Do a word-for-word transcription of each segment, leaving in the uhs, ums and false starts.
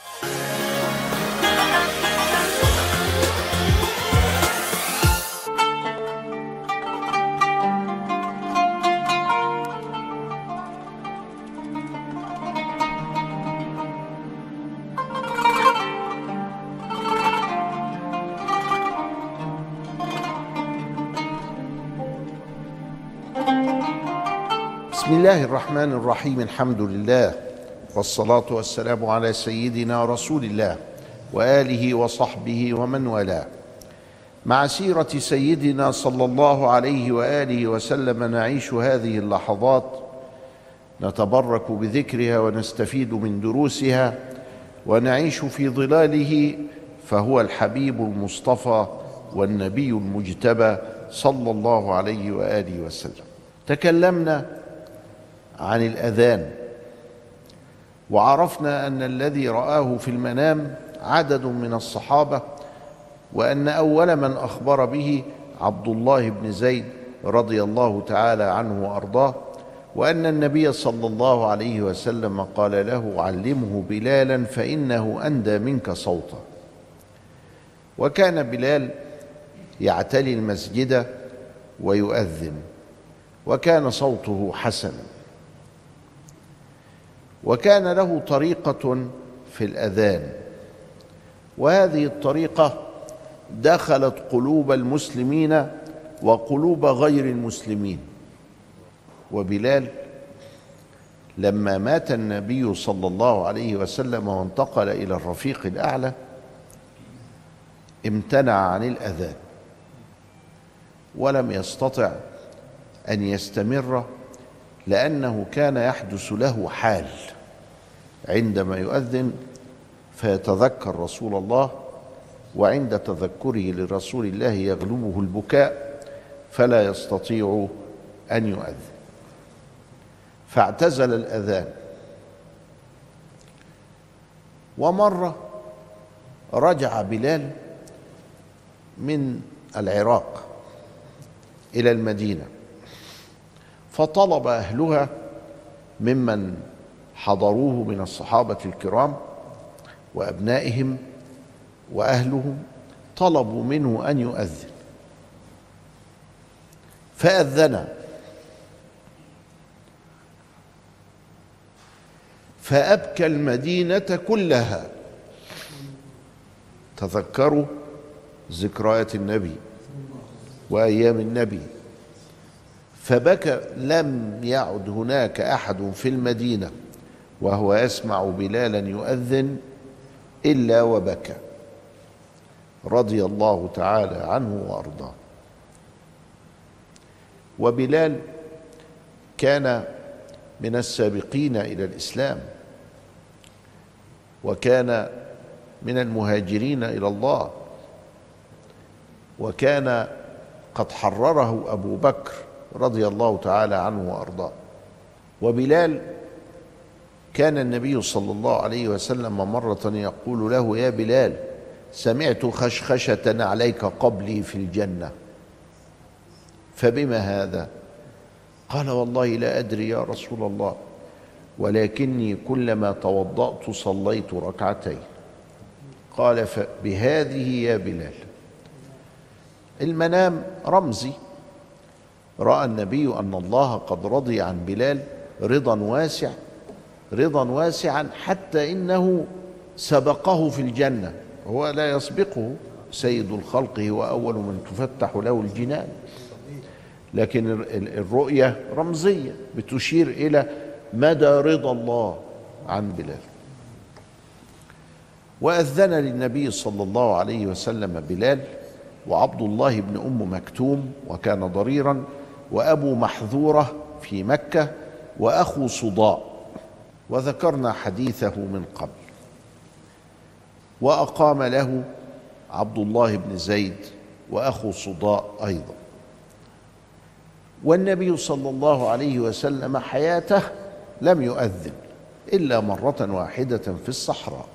بسم الله الرحمن الرحيم. الحمد لله والصلاة والسلام على سيدنا رسول الله وآله وصحبه ومن والاه. مع سيرة سيدنا صلى الله عليه وآله وسلم نعيش هذه اللحظات، نتبرك بذكرها ونستفيد من دروسها ونعيش في ظلاله، فهو الحبيب المصطفى والنبي المجتبى صلى الله عليه وآله وسلم. تكلمنا عن الأذان، وعرفنا أن الذي رآه في المنام عدد من الصحابة، وأن أول من أخبر به عبد الله بن زيد رضي الله تعالى عنه وأرضاه، وأن النبي صلى الله عليه وسلم قال له: علمه بلالا فإنه أندى منك صوتا. وكان بلال يعتلي المسجد ويؤذن، وكان صوته حسنا، وكان له طريقة في الأذان، وهذه الطريقة دخلت قلوب المسلمين وقلوب غير المسلمين. وبلال لما مات النبي صلى الله عليه وسلم وانتقل إلى الرفيق الأعلى امتنع عن الأذان، ولم يستطع أن يستمر، لأنه كان يحدث له حال عندما يؤذن فيتذكر رسول الله، وعند تذكره لرسول الله يغلبه البكاء فلا يستطيع أن يؤذن، فاعتزل الأذان. ومرة رجع بلال من العراق إلى المدينة، فطلب أهلها ممن حضروه من الصحابة الكرام وأبنائهم وأهلهم، طلبوا منه أن يؤذن، فأذن. فأبكى المدينة كلها. تذكروا ذكريات النبي وأيام النبي، فبكى. لم يعد هناك أحد في المدينة وهو يسمع بلالا يؤذن إلا وبكى، رضي الله تعالى عنه وأرضاه. وبلال كان من السابقين إلى الإسلام، وكان من المهاجرين إلى الله، وكان قد حرره أبو بكر رضي الله تعالى عنه وأرضاه. وبلال كان النبي صلى الله عليه وسلم مرة يقول له: يا بلال، سمعت خشخشة عليك قبلي في الجنة، فبما هذا؟ قال: والله لا أدري يا رسول الله، ولكني كلما توضأت صليت ركعتين. قال: فبهذه يا بلال. المنام رمزي. رأى النبي أن الله قد رضي عن بلال رضا واسع رضا واسعا، حتى إنه سبقه في الجنة. هو لا يسبقه، سيد الخلق هو أول من تفتح له الجنان، لكن الرؤية رمزية بتشير إلى مدى رضا الله عن بلال. وأذن للنبي صلى الله عليه وسلم بلال وعبد الله بن أم مكتوم، وكان ضريرا، وأبو محذورة في مكة، وأخو صداء، وذكرنا حديثه من قبل. وأقام له عبد الله بن زيد وأخو صداء أيضا. والنبي صلى الله عليه وسلم حياته لم يؤذن إلا مرة واحدة في الصحراء.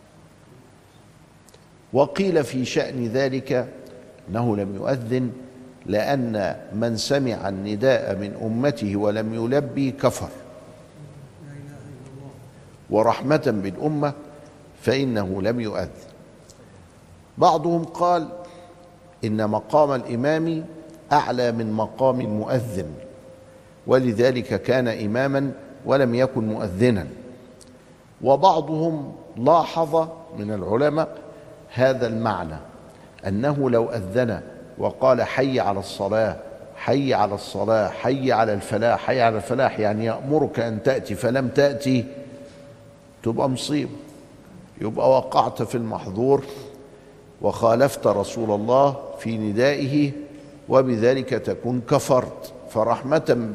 وقيل في شأن ذلك أنه لم يؤذن لأن من سمع النداء من أمته ولم يلبي كفر، ورحمة بالأمة فإنه لم يؤذن. بعضهم قال إن مقام الإمام أعلى من مقام المؤذن، ولذلك كان إماما ولم يكن مؤذنا. وبعضهم لاحظ من العلماء هذا المعنى، أنه لو أذن وقال حي على الصلاة حي على الصلاة حي على الفلاح حي على الفلاح، يعني يأمرك أن تأتي فلم تأتي، تبقى مصيبة، يبقى وقعت في المحظور وخالفت رسول الله في ندائه، وبذلك تكون كفرت. فرحمة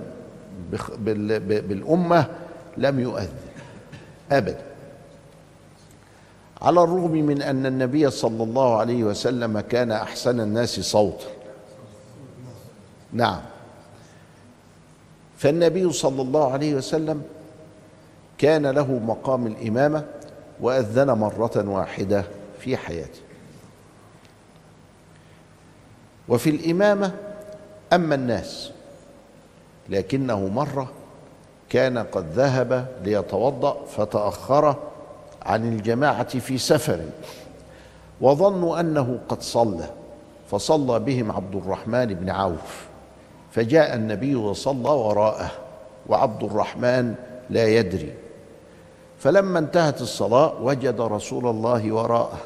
بالأمة لم يؤذن أبدا، على الرغم من أن النبي صلى الله عليه وسلم كان أحسن الناس صوتا. نعم، فالنبي صلى الله عليه وسلم كان له مقام الإمامة وأذن مرة واحدة في حياته. وفي الإمامة أما الناس، لكنه مرة كان قد ذهب ليتوضأ فتأخر عن الجماعة في سفر، وظنوا أنه قد صلى، فصلى بهم عبد الرحمن بن عوف، فجاء النبي وصلى وراءه وعبد الرحمن لا يدري. فلما انتهت الصلاة وجد رسول الله وراءه،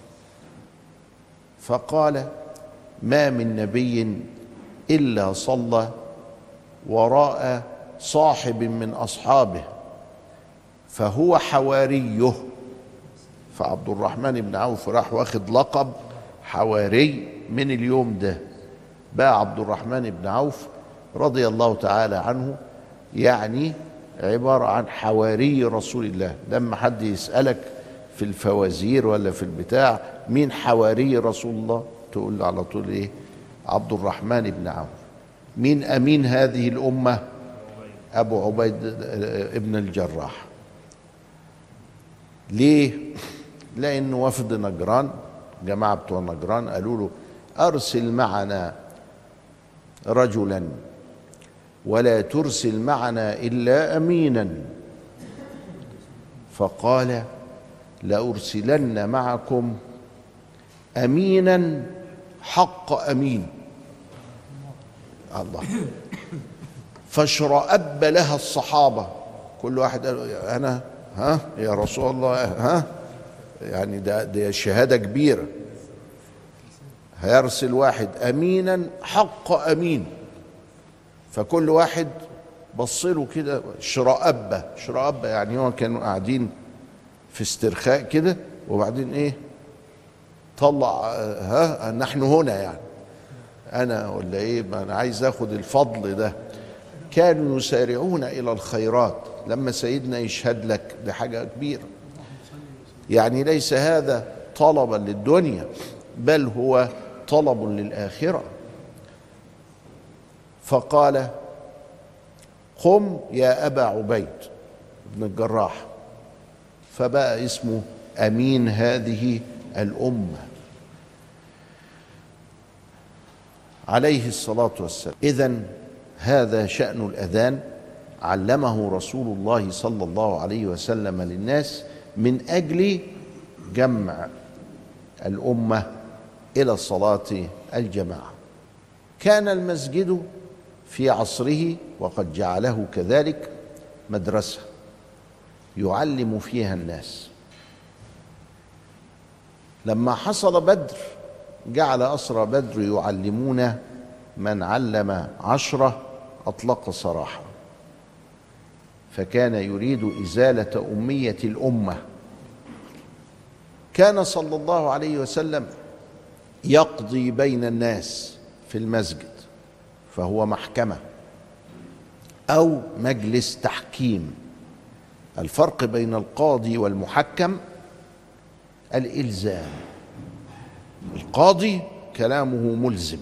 فقال: ما من نبي إلا صلى وراء صاحب من أصحابه فهو حواريه. فعبد الرحمن بن عوف راح واخد لقب حواري من اليوم ده، بقى عبد الرحمن بن عوف رضي الله تعالى عنه يعني عبارة عن حواري رسول الله. لما حد يسألك في الفوازير ولا في البتاع مين حواري رسول الله، تقول على طول ايه؟ عبد الرحمن بن عوف. مين أمين هذه الأمة؟ أبو عبيد ابن الجراح. ليه؟ لأن وفد نجران، جماعة بتوع نجران، قالوا له: أرسل معنا رجلا ولا ترسل معنا إلا أمينا. فقال: لأرسلن معكم أمينا حق أمين. الله. فاشرأب لها الصحابة، كل واحد قال: أنا ها يا رسول الله، ها يعني ده ده شهادة كبيرة، هيرسل واحد أمينا حق أمين. فكل واحد بص له كده شرأبة شرأبة، يعني هو كانوا قاعدين في استرخاء كده، وبعدين ايه طلع ها نحن هنا، يعني انا ولا ايه، ما انا عايز اخد الفضل ده. كانوا يسارعون الى الخيرات، لما سيدنا يشهد لك ده حاجة كبيرة، يعني ليس هذا طلبا للدنيا بل هو طلب للآخرة. فقال: قم يا أبا عبيد بن الجراح، فبقى اسمه أمين هذه الأمة عليه الصلاة والسلام. إذن هذا شأن الأذان، علمه رسول الله صلى الله عليه وسلم للناس من أجل جمع الأمة إلى صلاة الجماعة. كان المسجد في عصره وقد جعله كذلك مدرسة يعلم فيها الناس. لما حصل بدر جعل أسرى بدر يعلمون من علم عشرة أطلق سراحا، فكان يريد إزالة أمية الأمة. كان صلى الله عليه وسلم يقضي بين الناس في المسجد، فهو محكمة أو مجلس تحكيم. الفرق بين القاضي والمحكم الإلزام. القاضي كلامه ملزم،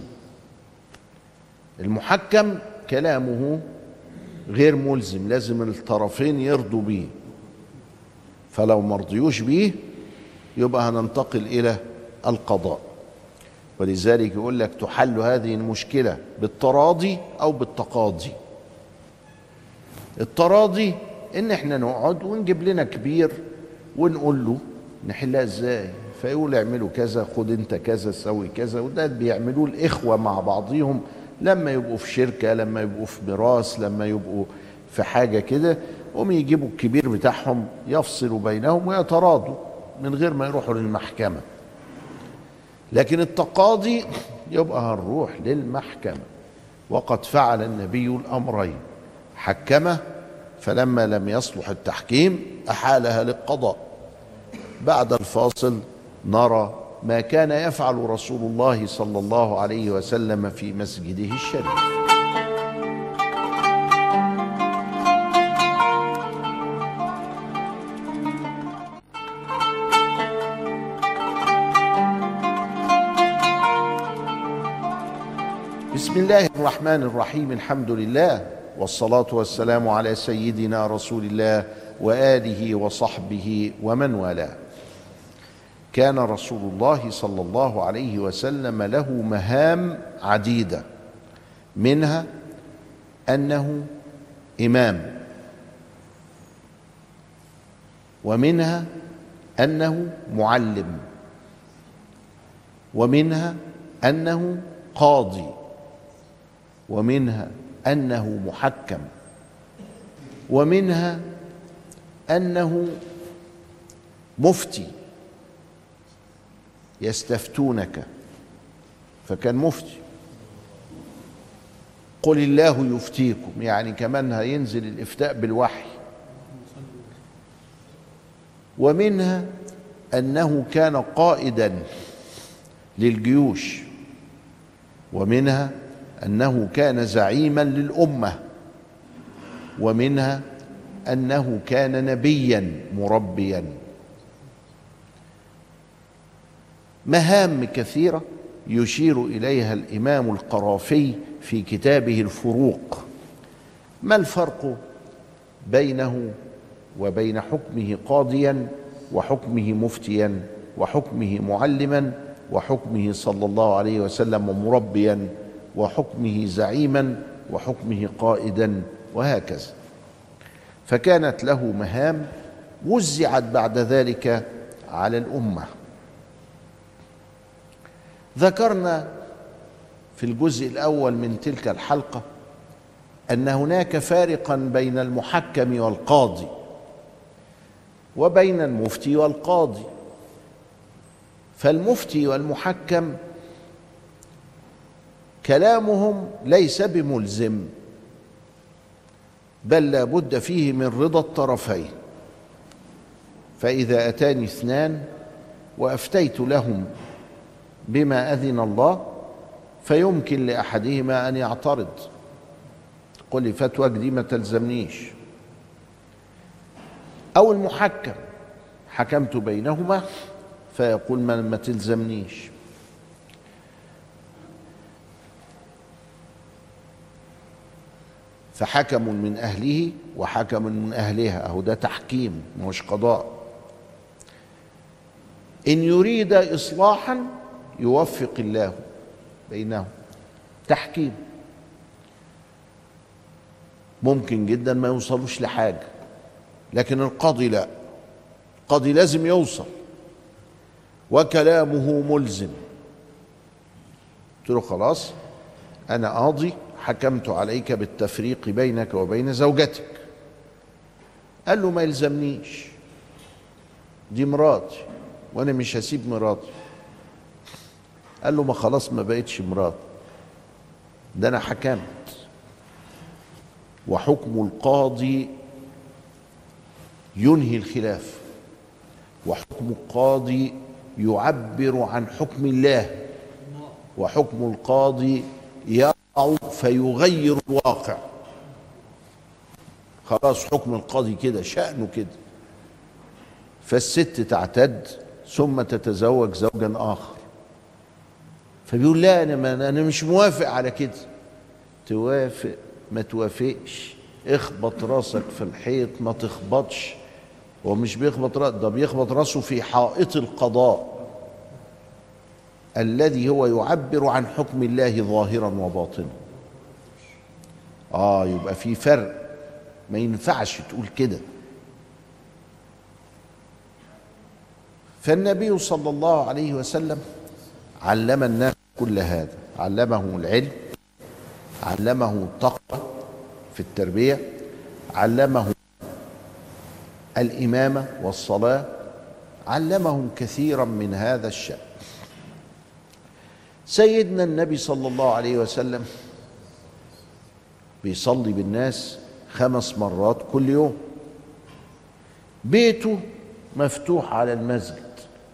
المحكم كلامه غير ملزم، لازم الطرفين يرضوا بيه، فلو مرضيوش بيه يبقى هننتقل إلى القضاء. ولذلك يقول لك تحل هذه المشكلة بالتراضي أو بالتقاضي. التراضي إن احنا نقعد ونجيب لنا كبير ونقول له نحلها ازاي؟ فيقول اعملوا كذا، خد انت كذا، سوي كذا. وده بيعملوه الاخوه مع بعضهم لما يبقوا في شركه، لما يبقوا في ميراث، لما يبقوا في حاجه كده، هم يجيبوا الكبير بتاعهم يفصلوا بينهم ويتراضوا من غير ما يروحوا للمحكمه. لكن التقاضي يبقى هنروح للمحكمه. وقد فعل النبي الامرين، حكمه فلما لم يصلح التحكيم أحالها للقضاء. بعد الفاصل نرى ما كان يفعل رسول الله صلى الله عليه وسلم في مسجده الشريف. بسم الله الرحمن الرحيم. الحمد لله والصلاة والسلام على سيدنا رسول الله وآله وصحبه ومن والاه. كان رسول الله صلى الله عليه وسلم له مهام عديدة، منها أنه إمام، ومنها أنه معلم، ومنها أنه قاضي، ومنها أنه محكم، ومنها أنه مفتي، يستفتونك فكان مفتي. قل الله يفتيكم، يعني كمان هينزل الإفتاء بالوحي. ومنها أنه كان قائدا للجيوش، ومنها أنه كان زعيما للأمة، ومنها أنه كان نبيا مربيا. مهام كثيرة يشير إليها الإمام القرافي في كتابه الفروق. ما الفرق بينه وبين حكمه قاضيا، وحكمه مفتيا، وحكمه معلما، وحكمه صلى الله عليه وسلم مربيا، وحكمه زعيما، وحكمه قائدا، وهكذا. فكانت له مهام وزعت بعد ذلك على الأمة. ذكرنا في الجزء الأول من تلك الحلقة أن هناك فارقا بين المحكم والقاضي، وبين المفتي والقاضي. فالمفتي والمحكم كلامهم ليس بملزم، بل لا بد فيه من رضا الطرفين. فإذا أتاني اثنان وأفتيت لهم بما أذن الله، فيمكن لأحدهما أن يعترض، قل لي فتوى دي ما تلزمنيش. أو المحكم حكمت بينهما فيقول ما, ما تلزمنيش. فحكم من أهله وحكم من أهلها، أهو ده تحكيم مش قضاء. إن يريد إصلاحا يوفق الله بينهم، تحكيم. ممكن جدا ما يوصلوش لحاجة، لكن القاضي لا، القاضي لازم يوصل وكلامه ملزم. قلت له خلاص أنا قاضي، حكمت عليك بالتفريق بينك وبين زوجتك. قال له ما يلزمنيش، دي مراتي وانا مش هسيب مراتي. قال له ما خلاص ما بقتش مراتي، ده انا حكمت. وحكم القاضي ينهي الخلاف، وحكم القاضي يعبر عن حكم الله، وحكم القاضي يقع فيغير الواقع. خلاص حكم القاضي كده، شأنه كده. فالست تعتد ثم تتزوج زوجا آخر، فبيقول لا أنا, أنا مش موافق على كده. توافق ما توافقش، اخبط راسك في الحيط ما تخبطش. هو مش بيخبط راسه، ده بيخبط راسه في حائط القضاء الذي هو يعبر عن حكم الله ظاهرا وباطنا. اه يبقى في فرق، ما ينفعش تقول كده. فالنبي صلى الله عليه وسلم علم الناس كل هذا، علمهم العلم، علمهم التقوى في التربية، علمهم الإمامة والصلاة، علمهم كثيرا من هذا الشأن. سيدنا النبي صلى الله عليه وسلم بيصلي بالناس خمس مرات كل يوم، بيته مفتوح على المسجد،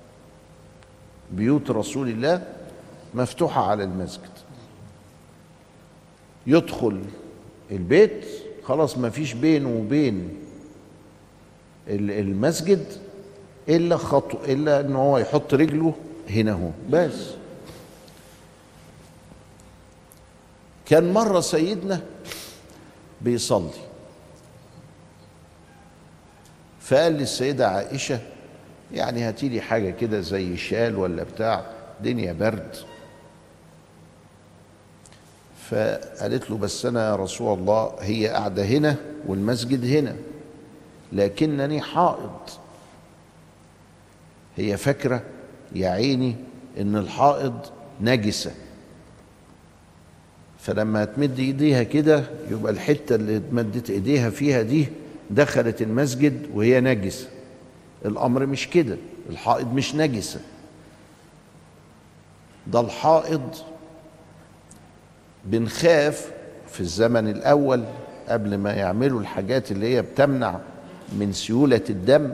بيوت رسول الله مفتوحة على المسجد. يدخل البيت خلاص ما فيش بينه وبين المسجد إلا خطو، إلا إن هو يحط رجله هنا هو بس. كان مرة سيدنا بيصلي فقال للسيدة عائشة يعني هاتي لي حاجة كده زي شال ولا بتاع، دنيا برد. فقالت له بس أنا يا رسول الله هي قاعدة هنا والمسجد هنا، لكنني حائض. هي فاكرة يا عيني إن الحائض نجسة، فلما تمد ايديها كده يبقى الحتة اللي مدت ايديها فيها دي دخلت المسجد وهي نجسة. الأمر مش كده، الحائض مش نجسة، ده الحائض بنخاف في الزمن الأول قبل ما يعملوا الحاجات اللي هي بتمنع من سيولة الدم،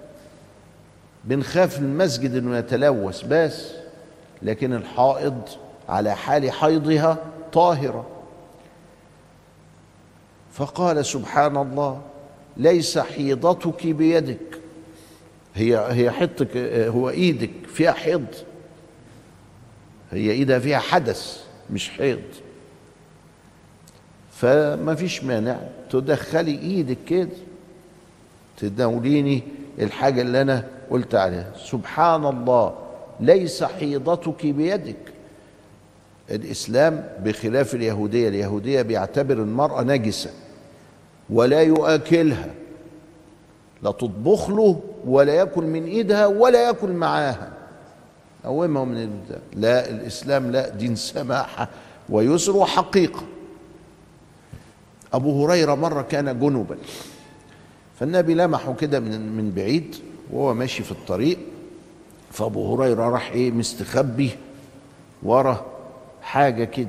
بنخاف المسجد انه يتلوث بس، لكن الحائض على حال حيضها طاهرة. فقال سبحان الله ليس حيضتك بيدك، هي هي حيضتك، هو ايدك فيها حيض، هي ايدها فيها حدث مش حيض، فما فيش مانع تدخلي ايدك كده تداوليني الحاجة اللي انا قلت عليها. سبحان الله ليس حيضتك بيدك. الإسلام بخلاف اليهودية، اليهودية بيعتبر المرأة نجسة ولا يؤكلها، لا تطبخ له ولا يأكل من إيدها ولا يأكل معاها، قومها من البتاع. لا، الإسلام لا، دين سماحة ويسر وحقيقة. أبو هريرة مرة كان جنبا، فالنبي لمحه كده من من بعيد وهو ماشي في الطريق، فأبو هريرة راح إيه مستخبي ورا حاجة كده،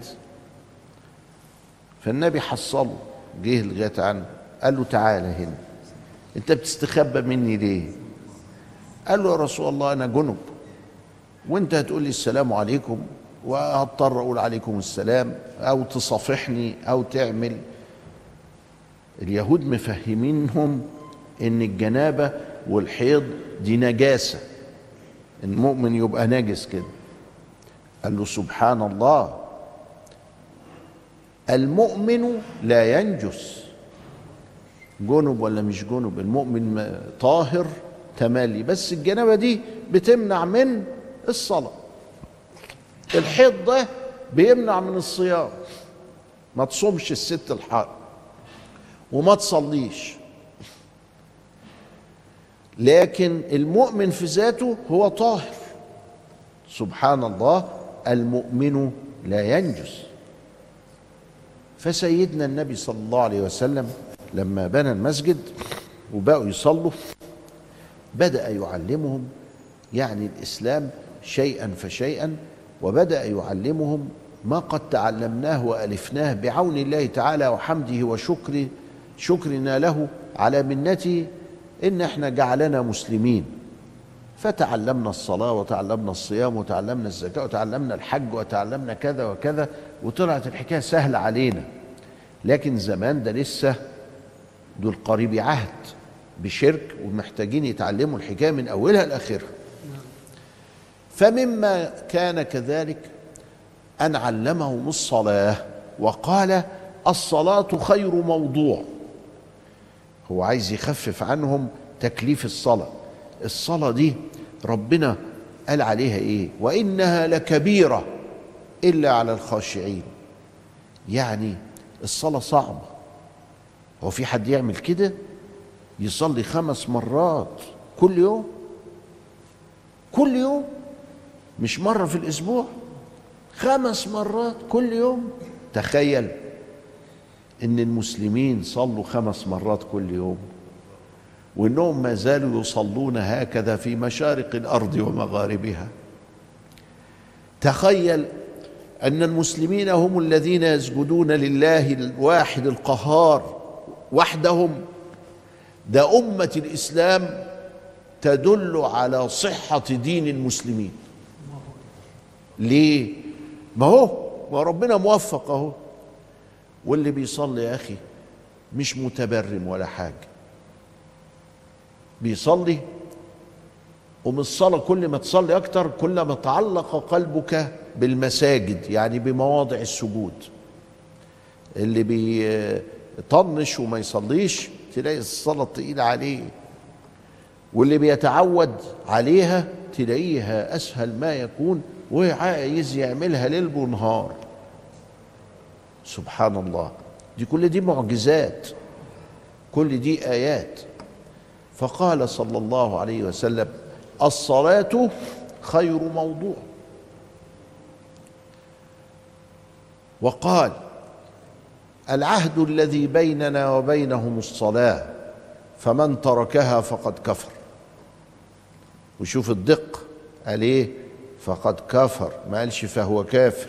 فالنبي حصله، جه لغاية عنه قال له تعالى هنا، انت بتستخبى مني ليه؟ قال له يا رسول الله انا جنب، وانت هتقول لي السلام عليكم وهضطر اقول عليكم السلام او تصافحني او تعمل. اليهود مفهمينهم ان الجنابة والحيض دي نجاسة، المؤمن يبقى نجس كده. قال له سبحان الله المؤمن لا ينجس، جنب ولا مش جنب، المؤمن طاهر تملي، بس الجنابة دي بتمنع من الصلاة، الحيض ده بيمنع من الصيام، ما تصومش الست الحائض وما تصليش. لكن المؤمن في ذاته هو طاهر. سبحان الله المؤمن لا ينجس. فسيدنا النبي صلى الله عليه وسلم لما بنى المسجد وبقوا يصلوا بدأ يعلمهم يعني الإسلام شيئا فشيئا، وبدأ يعلمهم ما قد تعلمناه وألفناه بعون الله تعالى وحمده وشكر شكرنا له على منته إن احنا جعلنا مسلمين. فتعلمنا الصلاة وتعلمنا الصيام وتعلمنا الزكاة وتعلمنا الحج وتعلمنا كذا وكذا، وطلعت الحكاية سهلة علينا. لكن زمان ده لسه دول قريبي عهد بشرك ومحتاجين يتعلموا الحكاية من أولها لآخرها. فمما كان كذلك أن علمهم الصلاة وقال الصلاة خير موضوع. هو عايز يخفف عنهم تكليف الصلاة. الصلاة دي ربنا قال عليها ايه؟ وإنها لكبيرة إلا على الخاشعين. يعني الصلاة صعبة. هو في حد يعمل كده؟ يصلي خمس مرات كل يوم؟ كل يوم، مش مرة في الأسبوع، خمس مرات كل يوم. تخيل إن المسلمين صلوا خمس مرات كل يوم، وإنهم ما زالوا يصلون هكذا في مشارق الأرض ومغاربها. تخيل أن المسلمين هم الذين يسجدون لله الواحد القهار وحدهم. ده أمة الإسلام تدل على صحة دين المسلمين. ليه؟ ما هو ما ربنا موفق اهو، واللي بيصلي يا أخي مش متبرم ولا حاجة، بيصلي، ومن الصلاة كل ما تصلي أكتر كل ما تعلق قلبك بالمساجد، يعني بمواضع السجود. اللي بيطنش وما يصليش تلاقي الصلاة تقيلة عليه، واللي بيتعود عليها تلاقيها أسهل ما يكون، وعايز يعملها ليل ونهار. سبحان الله، دي كل دي معجزات، كل دي آيات. فقال صلى الله عليه وسلم: الصلاة خير موضوع. وقال: العهد الذي بيننا وبينهم الصلاة، فمن تركها فقد كفر. وشوف الدق، قال ايه؟ فقد كفر، ما قالش فهو كافر.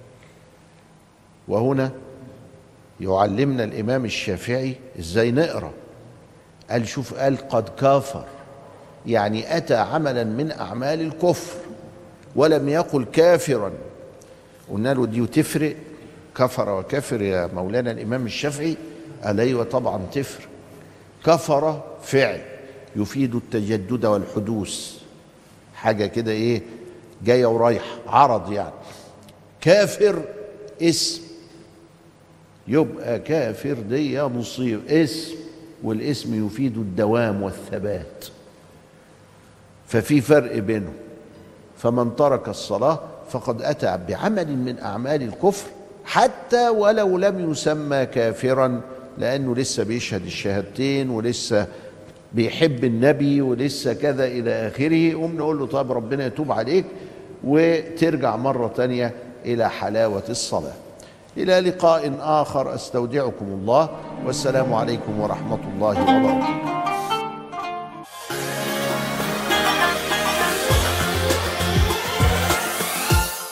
وهنا يعلمنا الإمام الشافعي ازاي نقرأ. قال شوف، قال قد كفر، يعني أتى عملا من أعمال الكفر، ولم يقل كافرا. قلنا له دي تفرق، كفر وكافر يا مولانا الإمام الشافعي؟ قال أيوة طبعا تفرق. كفر فعل يفيد التجدد والحدوث، حاجة كده ايه، جاية ورايحة، عرض يعني. كافر اسم، يبقى كافر دي مصير اسم، والاسم يفيد الدوام والثبات، ففي فرق بينه. فمن ترك الصلاة فقد أتى بعمل من أعمال الكفر، حتى ولو لم يسمى كافرا، لأنه لسه بيشهد الشهادتين، ولسه بيحب النبي، ولسه كذا إلى آخره. قوم نقول له طب ربنا يتوب عليك وترجع مرة تانية إلى حلاوة الصلاة. إلى لقاء آخر، أستودعكم الله، والسلام عليكم ورحمة الله وبركاته.